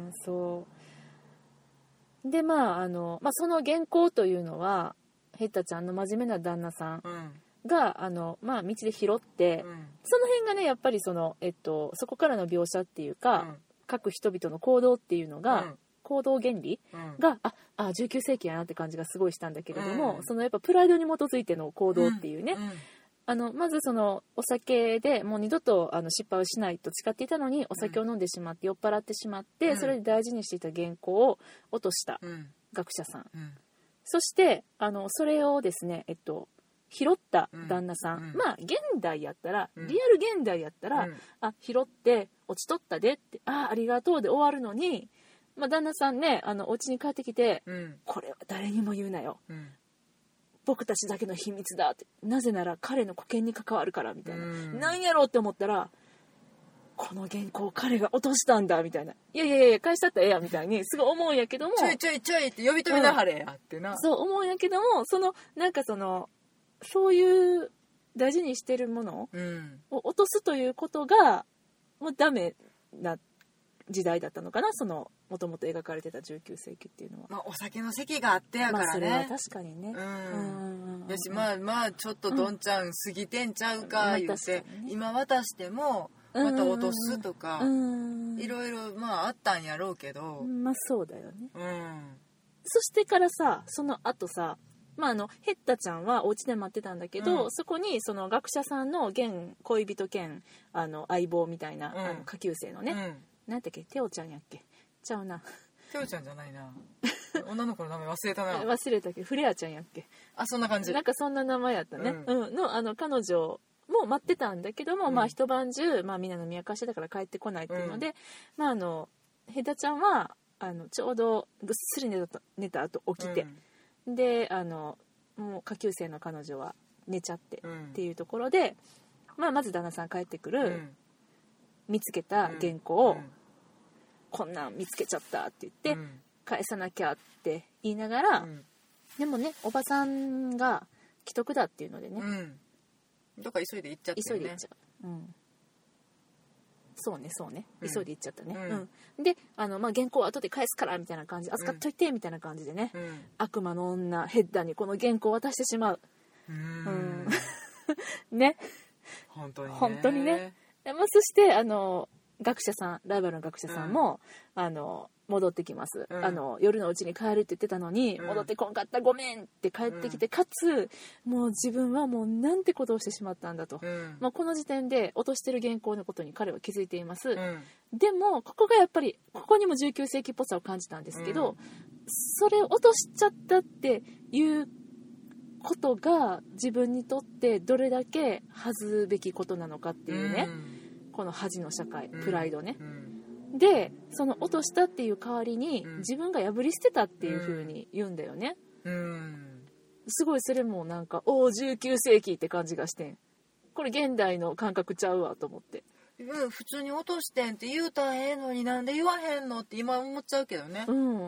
そうでまああの、まあ、その原稿というのはヘッタちゃんの真面目な旦那さんが、うんあのまあ、道で拾って、うん、その辺がねやっぱりその、えっと、そこからの描写っていうか、うん、各人々の行動っていうのが、うん、行動原理が、うん、ああじゅうきゅう世紀やなって感じがすごいしたんだけれども、うん、そのやっぱプライドに基づいての行動っていうね、うんうんあのまずそのお酒でもう二度とあの失敗をしないと誓っていたのにお酒を飲んでしまって酔っ払ってしまって、うん、それで大事にしていた原稿を落とした学者さん、うん、そしてあのそれをですね、えっと、拾った旦那さん、うん、まあ現代やったら、うん、リアル現代やったら、うん、あ拾って落ちとったでってあありがとうで終わるのに、まあ、旦那さんねあのお家に帰ってきて、うん、これは誰にも言うなよ、うん僕たちだけの秘密だってなぜなら彼の保険に関わるからみたいな、うん、なんやろうって思ったらこの原稿彼が落としたんだみたいないやいやいや返しちゃったらええやみたいにすごい思うんやけどもちょいちょいちょいって呼び止めなはれやってな、 うん、そう思うんやけどもそのなんかそのそういう大事にしてるものを落とすということがもうダメな時代だったのかなそのもともと描かれてたじゅうきゅう世紀っていうのは、 まあ、お酒の席があってやからね、まあ、それは確かにね、 うんうん、やしまあまあちょっとどんちゃん過ぎてんちゃうか言って、うんね、今渡してもまた落とすとか、うん、いろいろまああったんやろうけど、 まあそうだよね、 うん、 そしてからさその後さまあ、あのヘッダちゃんはお家で待ってたんだけど、うん、そこにその学者さんの現恋人兼あの相棒みたいな、うん、あの下級生のね、うん、なんだっけテオちゃんやっけちゃうなテオちゃんじゃないな女の子の名前忘れたな忘れたけどフレアちゃんやっけあそんな感じなんかそんな名前やったね、うんうん、の, あの彼女も待ってたんだけども、うん、まあ一晩中、まあ、みんなの見明かしだから帰ってこないっていうので、うん、まああのヘッダちゃんはあのちょうどぐっすり寝た寝た後起きて、うん、であのもう下級生の彼女は寝ちゃって、うん、っていうところで、まあ、まず旦那さん帰ってくる、うん、見つけた原稿を、うん、こんなん見つけちゃったって言って、うん、返さなきゃって言いながら、うん、でもねおばさんが既得だっていうのでね、 うん、だから急いで行っちゃったよね。 急いで行っちゃう、うんそうねそうね急いで行っちゃったね、うんうん、であの、まあ、原稿は後で返すからみたいな感じ預かっといてみたいな感じでね、うん、悪魔の女ヘッダにこの原稿を渡してしまう、うん、うんね本当にね本当にね、まあ、そしてあの学者さんライバルの学者さんも、うん、あの戻ってきます、うん、あの夜のうちに帰るって言ってたのに、うん、戻ってこんかったごめんって帰ってきて、うん、かつもう自分はもうなんてことをしてしまったんだと、うん、まあ、この時点で落としてる原稿のことに彼は気づいています、うん、でもここがやっぱりここにもじゅうきゅう世紀っぽさを感じたんですけど、うん、それを落としちゃったっていうことが自分にとってどれだけ恥ずべきことなのかっていうね、うん、この恥の社会プライドね、うんうんでその落としたっていう代わりに、うん、自分が破り捨てたっていう風に言うんだよね、うん、すごいそれもなんかおーじゅうきゅう世紀って感じがしてんこれ現代の感覚ちゃうわと思って、 うん、普通に落としてんって言うたらええのになんで言わへんのって今思っちゃうけどね、 うん、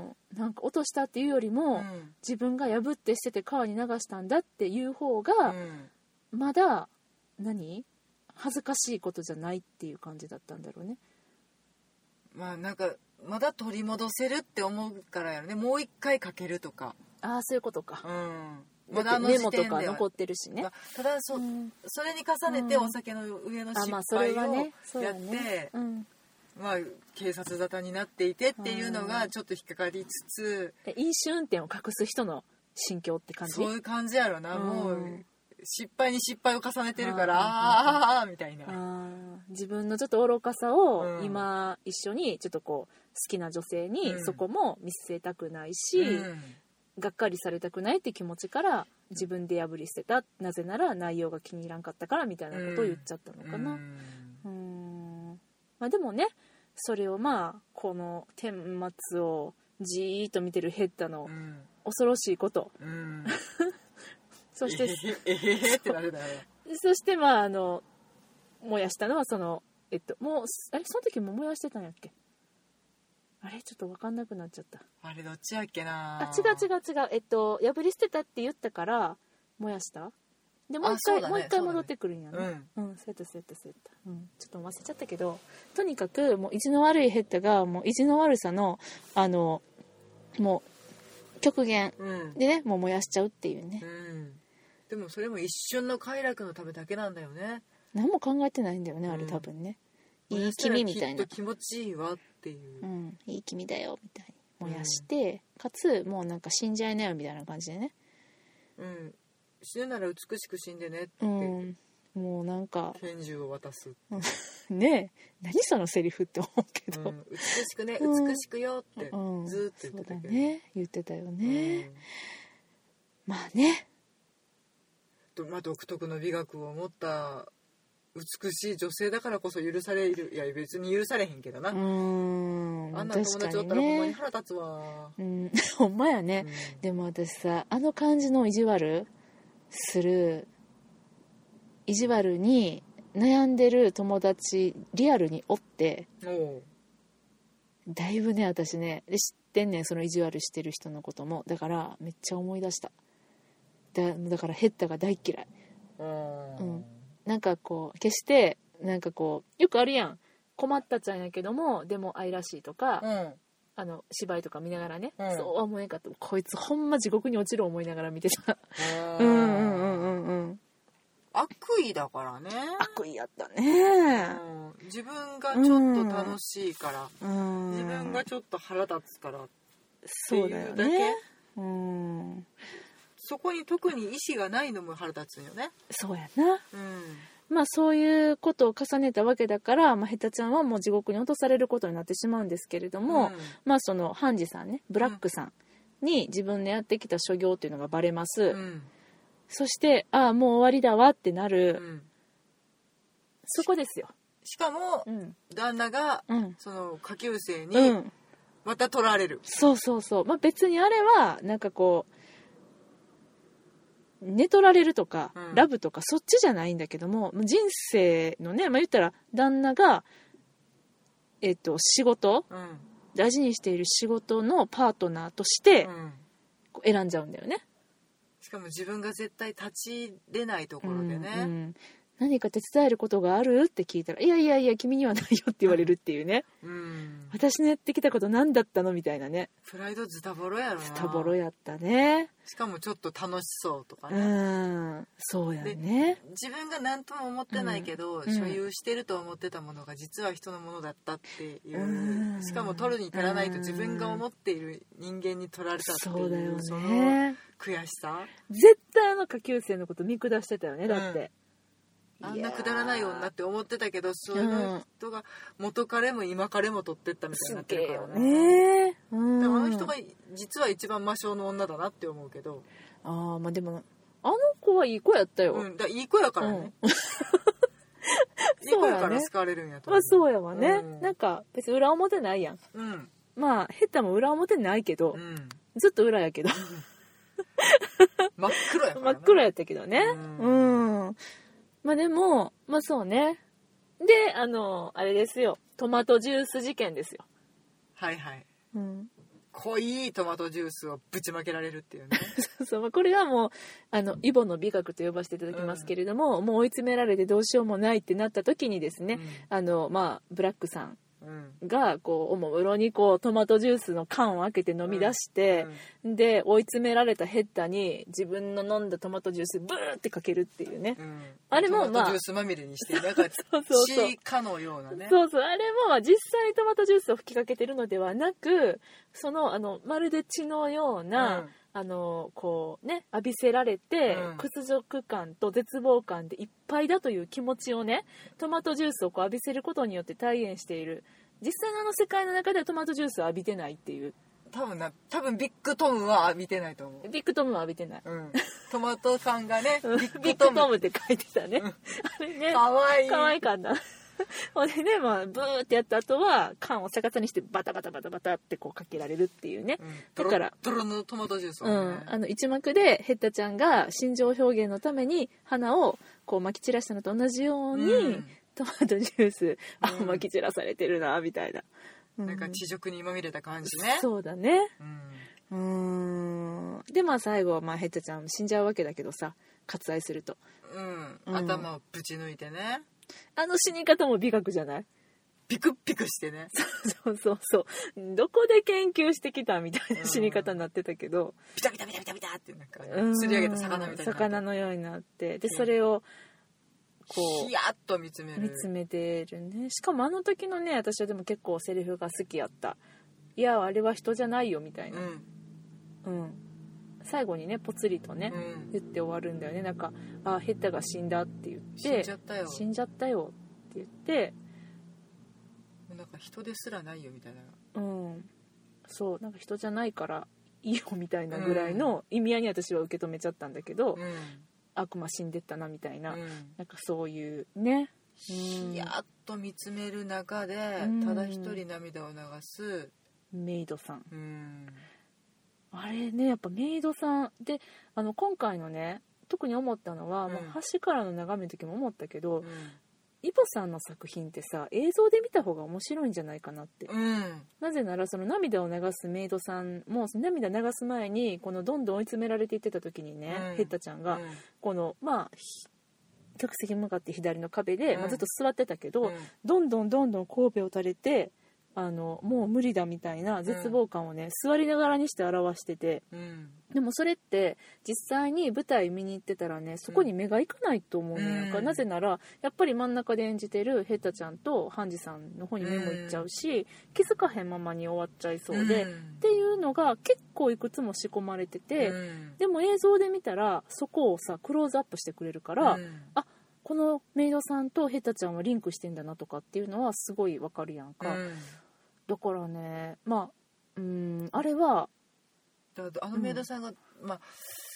なんか落としたっていうよりも、うん、自分が破って捨てて川に流したんだっていう方が、うん、まだ何恥ずかしいことじゃないっていう感じだったんだろうね。 まあなんかまだ取り戻せるって思うからやろね。もう一回かけるとか。 ああそういうことか。 うん。 まだあの時点ではメモとか残ってるしね。まあ、 ただ そ,、うん、それに重ねてお酒の上の失敗をやって、 ねうん、 まあ警察沙汰になっていてっていうのがちょっと引っかかりつつ、 飲酒運転を隠す人の心境って感じ。 そういう感じやろな。うん、もう失敗に失敗を重ねてるから、ああみたいな。 あ自分のちょっと愚かさを今一緒にちょっとこう好きな女性にそこも見せたくないし、うん、がっかりされたくないって気持ちから自分で破り捨てた、なぜなら内容が気に入らんかったからみたいなことを言っちゃったのかな、うん、うーん、まあ、でもねそれをまあこの顛末をじーっと見てるヘッダの恐ろしいこと、うんそしてえへへってなるだろう。 そしてまああの燃やしたのはそのえっともうあれその時も燃やしてたんやっけ。あれちょっと分かんなくなっちゃった。 あれどっちやっけな。 あ違う違う違うえっと破り捨てたって言ったから燃やした。でもう一回、ね、もう一回戻ってくるんやね。うん、うん、そうやったそうやったそうやった。うん、ちょっと忘れちゃったけど、とにかくもう意地の悪いヘッダがもう意地の悪さのあのもう極限でね、うん、もう燃やしちゃうっていうね。 うんでもそれも一瞬の快楽のためだけなんだよね。 何も考えてないんだよね、うん、あれ多分ね。いい気味みたいな。 きっと気持ちいいわっていう。 うん、いい気味だよみたいに燃やして、うん、かつもうなんか死んじゃいなよみたいな感じでね。 うん。死ぬなら美しく死んでねって。 うん。もうなんか拳銃を渡す。 ねえ、何そのセリフって思うけど。うん、 美しくね、美しくよって、うん、ずーっと言ってたけど。そうだね、 言ってたよね。うん、まあね。 まあ、独特の美学を持った美しい女性だからこそ許される。いや別に許されへんけどな。うーんあんな友達おったらほんまに腹立つわ。 うん、ほんまやね、うん、でも私さあの感じの意地悪する意地悪に悩んでる友達リアルにおっておだいぶね私ねで知ってんねんその意地悪してる人のこともだからめっちゃ思い出した。だ, だからヘッダが大嫌い、うん、なんかこう決してなんかこうよくあるやん困ったちゃんやけどもでも愛らしいとか、うん、あの芝居とか見ながらね、うん、そうは思えんかったこいつほんま地獄に落ちる思いながら見てたうんうんうんうんうん悪意だからね悪意やったね、 うん、自分がちょっと楽しいから、うん、自分がちょっと腹立つからっていうだけそうだよねうんそこに特に意思がないのも腹立つよね。 そうやな、 うん、 まあそういうことを重ねたわけだから、まあ、ヘタちゃんはもう地獄に落とされることになってしまうんですけれども、うん、まあそのハンジさんね、ブラックさんに自分でやってきた所業っていうのがバレます、うん、そしてああもう終わりだわってなる、うん、そこですよ。 しかも、うん、旦那が、うん、その下級生にまた取られる、 うん、そうそうそう、まあ、別にあれはなんかこう寝取られるとか、うん、ラブとかそっちじゃないんだけども、人生のね、まあ、言ったら旦那が、えっと、仕事、うん、大事にしている仕事のパートナーとして選んじゃうんだよね。 しかも自分が絶対立ち入れないところでね、うんうん、 何か手伝えることがあるって聞いたら、いやいやいや君にはないよって言われるっていうね、うん、私のやってきたこと何だったのみたいなね。 プライドズタボロやろな。 ズタボロやったね。 しかもちょっと楽しそうとかね。 うん、そうやね。 自分が何とも思ってないけど、うん、所有してると思ってたものが実は人のものだったっていう、うん、しかも取るに足らないと自分が思っている人間に取られたっていう、そうだよね、その悔しさ。 絶対あの下級生のこと見下してたよね、だって、 うん、あんなくだらない女って思ってたけど、そういう人が元彼も今彼も取ってったみたいになってるからね。ね、うん、でもあの人が実は一番魔性の女だなって思うけど。 ああ、まあでもあの子はいい子やったよ。 うん、だいい子やからね。うん、いい子やから好かれるんやと思う。 まあそうやわね。うん、なんか別に裏表ないやん。うん、まあヘッタも裏表ないけど、うん、ずっと裏やけど。 真っ黒やからな。 真っ黒やったけどね。うん。うん、まあでも、まあそうね。で、あの、あれですよ。トマトジュース事件ですよ。 はいはい。うん。濃いトマトジュースをぶちまけられるっていうね。 そうそう。これはもう、あの、イボの美学と呼ばせていただきますけれども、うん、もう追い詰められてどうしようもないってなった時にですね、うん、あの、まあ、ブラックさんがこうおもむろにこうトマトジュースの缶を開けて飲み出して、うんうん、で追い詰められたヘッダに自分の飲んだトマトジュースブーってかけるっていうね、うん、あれもまあトマトジュースまみれにしてなんか血かのようなね、 そうそう、あれもまあ実際にトマトジュースを吹きかけてるのではなく、そのあのまるで血のような、うん、あのこうね浴びせられて、うん、屈辱感と絶望感でいっぱいだという気持ちをね、トマトジュースをこう浴びせることによって体現している。実際のあの世界の中ではトマトジュースを浴びてないっていう。 多分な、多分ビッグトムは浴びてないと思う。 ビッグトムは浴びてない。 うん、トマト缶がね、 ビッグトム、トムって書いてたね。うん、あれね。 かわいい。 かわいかった。ほんでね、まあ、ブーってやった後は缶を逆さにしてバタバタバタバタってこうかけられるっていうね、うん、だからドロのトマトジュースを、 ね、うん、あの一幕でヘッダちゃんが心情表現のために花をこう撒き散らしたのと同じように、うん、トマトジュース、うん、あ撒き散らされてるなみたいな、 うん、なんか地辱にまみれた感じね。 そうだね、うん、うーんでまあ最後はまあヘッダちゃん死んじゃうわけだけどさ、割愛すると、 うん、うん、頭をぶち抜いてね。 あの死に方も美学じゃない？ ピクピクしてね。 そうそうそう。どこで研究してきたみたいな死に方になってたけど、 ビタビタビタビタビタってなんか釣り上げた魚みたいな。 魚のようになって、でそれをこうヒヤッと見つめる。 見つめてるね。しかもあの時のね、私はでも結構セリフが好きやった。いやあれは人じゃないよみたいな。うん。うん。最後にねポツリとね、うん、言って終わるんだよね。なんかあヘッダが死んだって言って死んじゃったよ死んじゃったよって言ってなんか人ですらないよみたいな、 うん、そうなんか人じゃないからいいよみたいなぐらいの意味合いに私は受け止めちゃったんだけど、うん、悪魔死んでったなみたいな、うん、なんかそういうね、 うん、やっと見つめる中で、うん、ただ一人涙を流すメイドさん、うんあれねやっぱメイドさんであの今回のね特に思ったのは、うん、もう橋からの眺めの時も思ったけど、うん、イボさんの作品ってさ映像で見た方が面白いんじゃないかなって、うん、なぜならその涙を流すメイドさんも涙流す前にこのどんどん追い詰められていってた時にね、うん、ヘッダちゃんが、うん、このまあ客席に向かって左の壁で、うんまあ、ずっと座ってたけど、うん、どんどんどんどん神戸を垂れてあのもう無理だみたいな絶望感をね、うん、座りながらにして表してて、うん、でもそれって実際に舞台見に行ってたらねそこに目がいかないと思うのやんか、うん、なぜならやっぱり真ん中で演じてるヘッタちゃんとハンジさんの方に目もいっちゃうし、うん、気づかへんままに終わっちゃいそうで、うん、っていうのが結構いくつも仕込まれてて、うん、でも映像で見たらそこをさクローズアップしてくれるから、うん、あこのメイドさんとヘッタちゃんはリンクしてんだなとかっていうのはすごいわかるやんか、うん、だからねまあうんあれはだあのメイドさんが、うん、まあ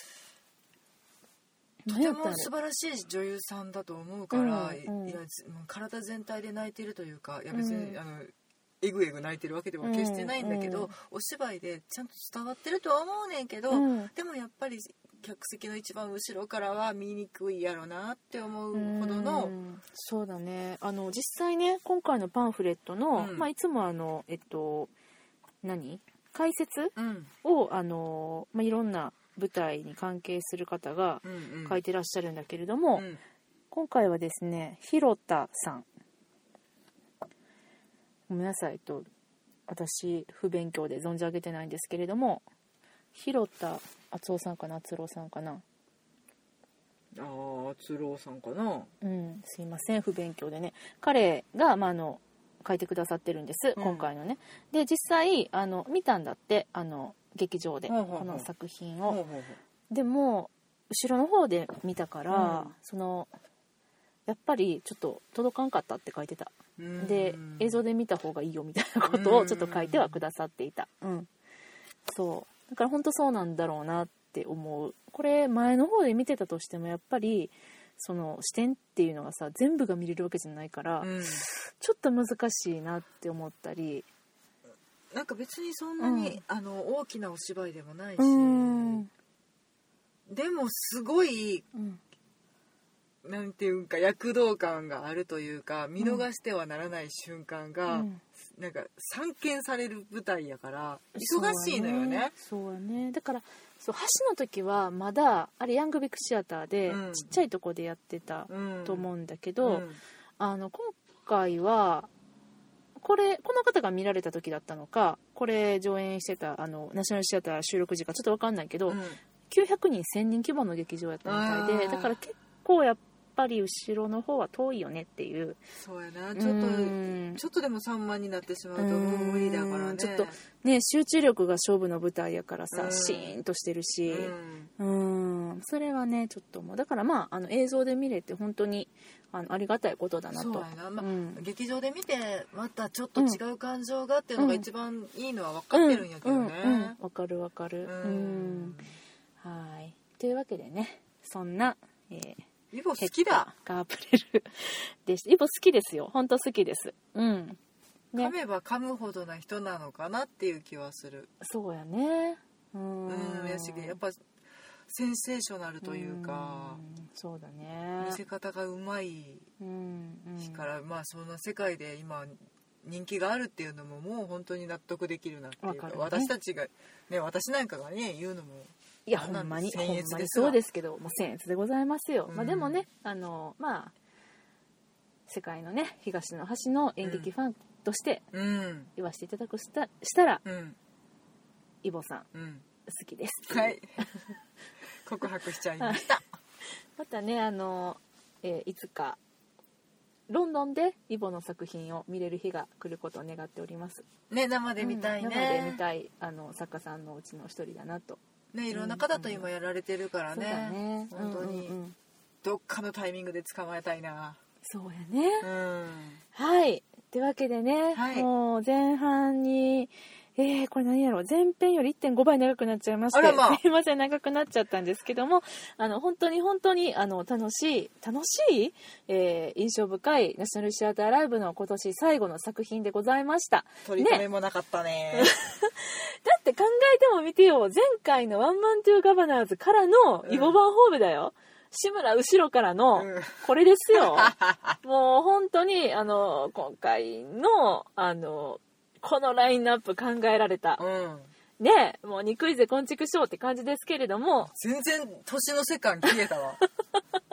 とても素晴らしい女優さんだと思うから、うんうん、いや体全体で泣いてるというかいや別に、うん、あのエグエグ泣いてるわけでは決してないんだけど、うんうん、お芝居でちゃんと伝わってるとは思うねんけど、うん、でもやっぱり客席の一番後ろからは見にくいやろなって思うほどの、うん、 そうだねあの実際ね今回のパンフレットの、うんまあ、いつもあのえっと何解説を、うん、あのまあ、いろんな舞台に関係する方が書いてらっしゃるんだけれども、うんうん、今回はですね広田さんごめんなさいと私不勉強で存じ上げてないんですけれども広田敦夫さんかな敦郎さんかなああ敦郎さんかなうんすいません不勉強でね彼が、まあ、あの書いてくださってるんです、うん、今回のねで実際あの見たんだってあの劇場で、うん、この作品を、うん、でも後ろの方で見たから、うん、そのやっぱりちょっと届かんかったって書いてた、うん、で映像で見た方がいいよみたいなことをちょっと書いてはくださっていた、うん、そうだから本当そうなんだろうなって思うこれ前の方で見てたとしてもやっぱりその視点っていうのがさ全部が見れるわけじゃないから、うん、ちょっと難しいなって思ったりなんか別にそんなに、うん、あの大きなお芝居でもないし、うん、でもすごい、うん、なんていうか躍動感があるというか見逃してはならない瞬間が、うん、なんか散見される舞台やから忙しいのよね。 そうやね。だからそう橋の時はまだあれヤングビッグシアターで、うん、ちっちゃいとこでやってたと思うんだけど、うん、あの今回はこれこの方が見られた時だったのかこれ上演してたあのナショナルシアター収録時かちょっと分かんないけど、うん、きゅうひゃくにんせんにん規模の劇場やったみたいでだから結構やっぱり後ろの方は遠いよねっていうそうやなちょっとちょっとでもさんまんになってしまうともう無理だからねちょっとね集中力が勝負の舞台やからさシーンとしてるしうんそれはねちょっともうだからまああの映像で見れて本当にあのありがたいことだなとそうやな、まあうん、 劇場で見てまたちょっと違う感情がっていうのが一番いいのは分かってるんやけどね、うんうんうん、 分かる分かるうんはいというわけでねそんな、えーイボ好きだガープレルでしたイボ好きですよ本当好きですうんね、噛めば噛むほどな人なのかなっていう気はするそうやねうんうんやしやっぱセンセーショナルというかうんそうだね見せ方がうまいから、まあその世界で今人気があるっていうのももう本当に納得できるなっていうか、ね、私たちがね私なんかがね言うのもいやほんまにほんまにそうですけどもう僭越でございますよ、うんまあ、でもねあのまあ世界のね東の端の演劇ファンとして言わせていただくしたしたら、うん、イボさん、うん、好きですはい告白しちゃいましたまたねあの、えー、いつかロンドンでイボの作品を見れる日が来ることを願っておりますね生で見たいね、 うん、生で見たいあの作家さんのうちの一人だなとね、いろんな方と今やられてるからね、うん、ね本当に、うんうん、どっかのタイミングで捕まえたいなそうやね、うん、はいというわけでね、はい、もう前半にえー、これ何やろう前編より いってんご 倍長くなっちゃいまして、まあ、すいません長くなっちゃったんですけどもあの本当に本当にあの楽しい楽しい、えー、印象深いナショナルシアターライブの今年最後の作品でございました取り留めもなかったねだって考えてもみてよ前回のワンマントゥーガバナーズからのイボバンホームだよ、うん志村後ろからのこれですよ、うん、もう本当にあの今回のあのこのラインナップ考えられた、うん、ねもう憎いぜこんちくしょうって感じですけれども全然年の世界消えたわ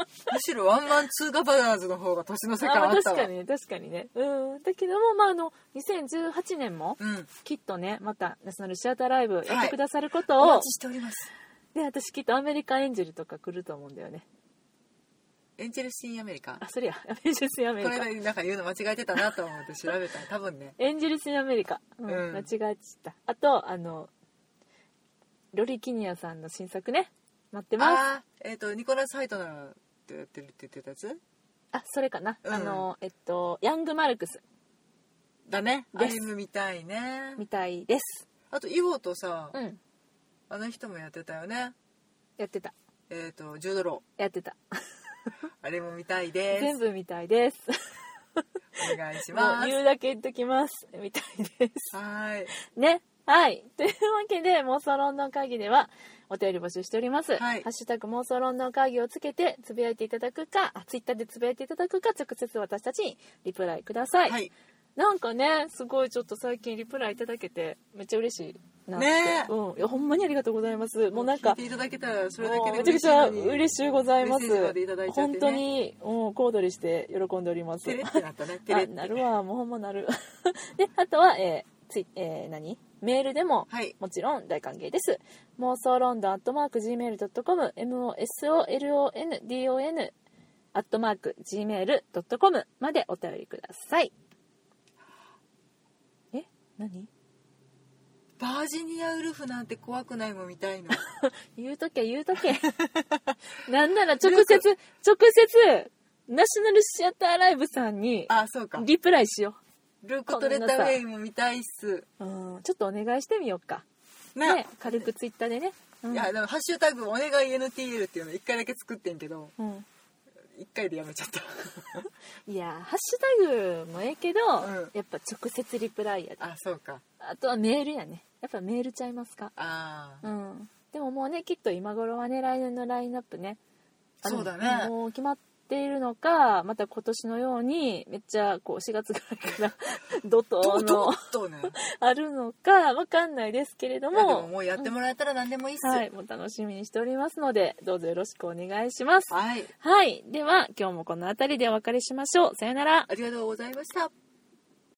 むしろワンマンツーガバナーズの方が年の瀬感あったわ。 確かにね確かにね。うんだけどもまああのにせんじゅうはちねんも、うん、きっとねまたナショナルシアターライブやってくださることを、はい、 お待ちしております。 で私きっとアメリカエンジェルとか来ると思うんだよね。 エンジェルシーアメリカ。 あそれやエンジェルシーアメリカ。 これなんか言うの間違えてたなと思って調べたら多分ね。 エンジェルシーアメリカ、うんうん、間違えてた。あとあのロリキニアさんの新作ね待ってます。 あえっ、ー、とニコラス・ハイトナーってやってるって言ってたやつ。 あそれかな、うん、あのえっとヤングマルクスだね。アイムみたいね。 みたいです。 あとイゴとさ、 うん、 あの人もやってたよね。 やってた。 えっ、ー、とジュードローやってた。 あれも見たいです。 全部見たいです。 お願いします。 もう言うだけ言っときます。見たいです。 はいね。はいというわけで妄想ロンドン会議ではお便り募集しております、はい、ハッシュタグ妄想ロンドン会議をつけてつぶやいていただくかあツイッターでつぶやいていただくか直接私たちにリプライください、はい、なんかねすごいちょっと最近リプライいただけてめっちゃ嬉しいなって、ねうん、いやほんまにありがとうございます。もうなんか聞いていただけたらそれだけでめちゃくちゃ嬉しいございます。 ね、 本当に、うん、小躍りして喜んでおります。 テレってなったね。テレってなるわもうほんまなるであとは、えーついえー、何メールでも、はい、もちろん大歓迎です。妄想ロンドンアットマーク ジーメールドットコム モソロンドン アットマーク ジーメールドットコム までお便りください。え何バージニアウルフなんて怖くないもん見たいの言うとけ言うとけなんなら直接直接ナショナルシアターライブさんにリプライしよう。ルークとレタウェイも見たいっす。 うん、ちょっとお願いしてみようか、ねね、軽くツイッターでね、 うん、いやでもハッシュタグお願い エヌティーエル っていうのいっかいだけ作ってんけど、うん、いっかいでやめちゃったいやハッシュタグもええけど、うん、やっぱ直接リプライやで。 あそうか。 あとはメールやね。やっぱメールちゃいますか。 あ、 うん、でももうねきっと今頃はね来年のラインナップねそうだねもう決まっているのかまた今年のようにめっちゃこうしがつぐらいから怒涛のあるのかわかんないですけれども、 いやでももうやってもらえたら何でもいいっす、 うん、はいもう楽しみにしておりますのでどうぞよろしくお願いします。 はい、 はい、では今日もこの辺りでお別れしましょう。さよなら。 ありがとうございました。